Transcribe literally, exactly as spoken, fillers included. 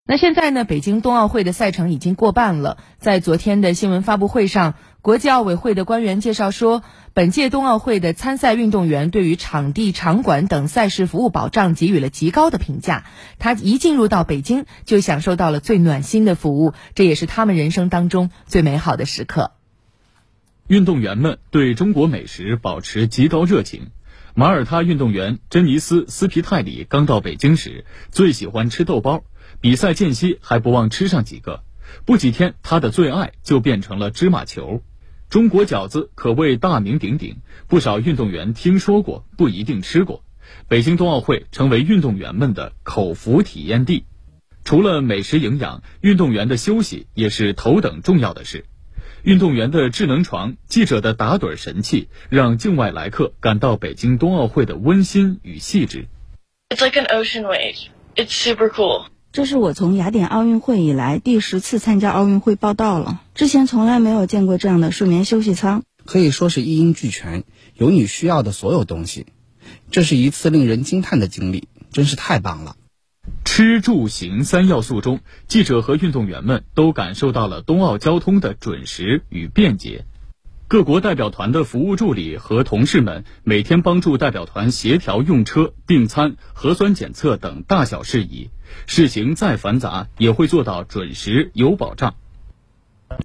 那现在呢，北京冬奥会的赛程已经过半了。在昨天的新闻发布会上，国际奥委会的官员介绍说，本届冬奥会的参赛运动员对于场地、场馆等赛事服务保障给予了极高的评价。他一进入到北京，就享受到了最暖心的服务，这也是他们人生当中最美好的时刻。 运动员们对中国美食保持极高热情。马耳他运动员珍妮斯·斯皮泰里刚到北京时，最喜欢吃豆包，比赛间隙还不忘吃上几个。不几天，他的最爱就变成了芝麻球。中国饺子可谓大名鼎鼎，不少运动员听说过，不一定吃过。北京冬奥会成为运动员们的口福体验地。除了美食营养，运动员的休息也是头等重要的事。运动员的智能床，记者的打盹神器，让境外来客感到北京冬奥会的温馨与细致。 It's like an ocean wave. It's super cool. 这是我从雅典奥运会以来第十次参加奥运会报道了，之前从来没有见过这样的睡眠休息舱， 可以说是一应俱全，有你需要的所有东西。这是一次令人惊叹的经历，真是太棒了。 吃住行三要素中，记者和运动员们都感受到了冬奥交通的准时与便捷。各国代表团的服务助理和同事们每天帮助代表团协调用车、订餐、核酸检测等大小事宜，事情再繁杂也会做到准时有保障。